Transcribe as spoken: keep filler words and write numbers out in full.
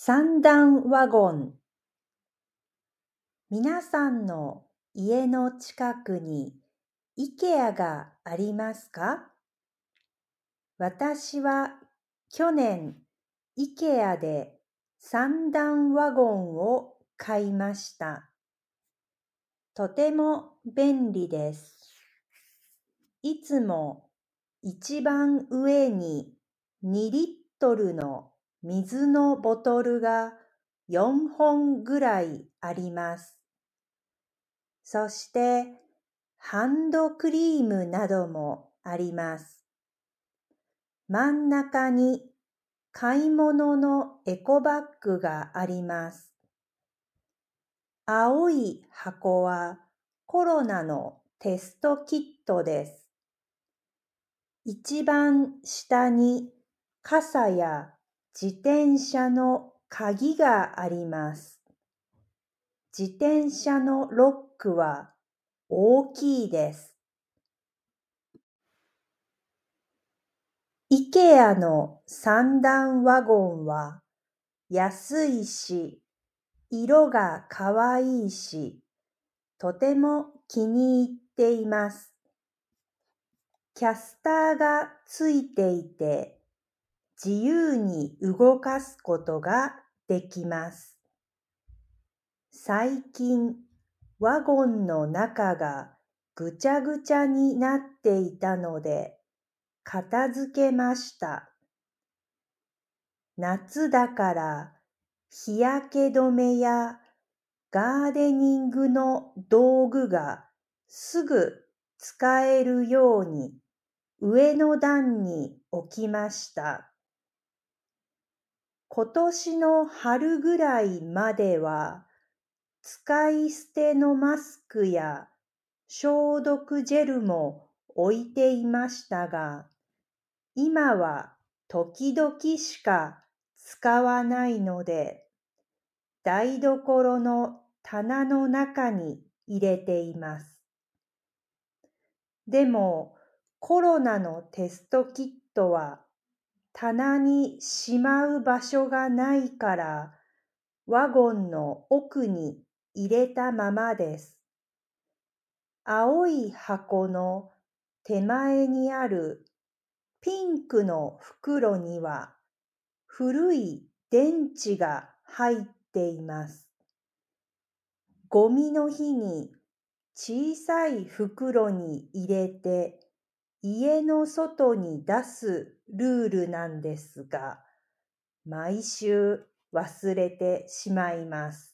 三段ワゴン。皆さんの家の近くに IKEA がありますか？私は去年 IKEA で三段ワゴンを買いました。とても便利です。いつも一番上ににリットルの水のボトルがよんほんぐらいあります。そしてハンドクリームなどもあります。真ん中に買い物のエコバッグがあります。青い箱はコロナのテストキットです。一番下に傘や自転車の鍵があります。自転車のロックは大きいです。IKEA の三段ワゴンは安いし、色がかわいいし、とても気に入っています。キャスターがついていて、自由に動かすことができます。最近、ワゴンの中がぐちゃぐちゃになっていたので、片付けました。夏だから日焼け止めやガーデニングの道具がすぐ使えるように上の段に置きました。今年の春ぐらいまでは使い捨てのマスクや消毒ジェルも置いていましたが、今は時々しか使わないので、台所の棚の中に入れています。でも、コロナのテストキットは棚にしまう場所がないから、ワゴンの奥に入れたままです。青い箱の手前にあるピンクの袋には古い電池が入っています。ゴミの日に小さい袋に入れて家の外に出すルールなんですが、毎週忘れてしまいます。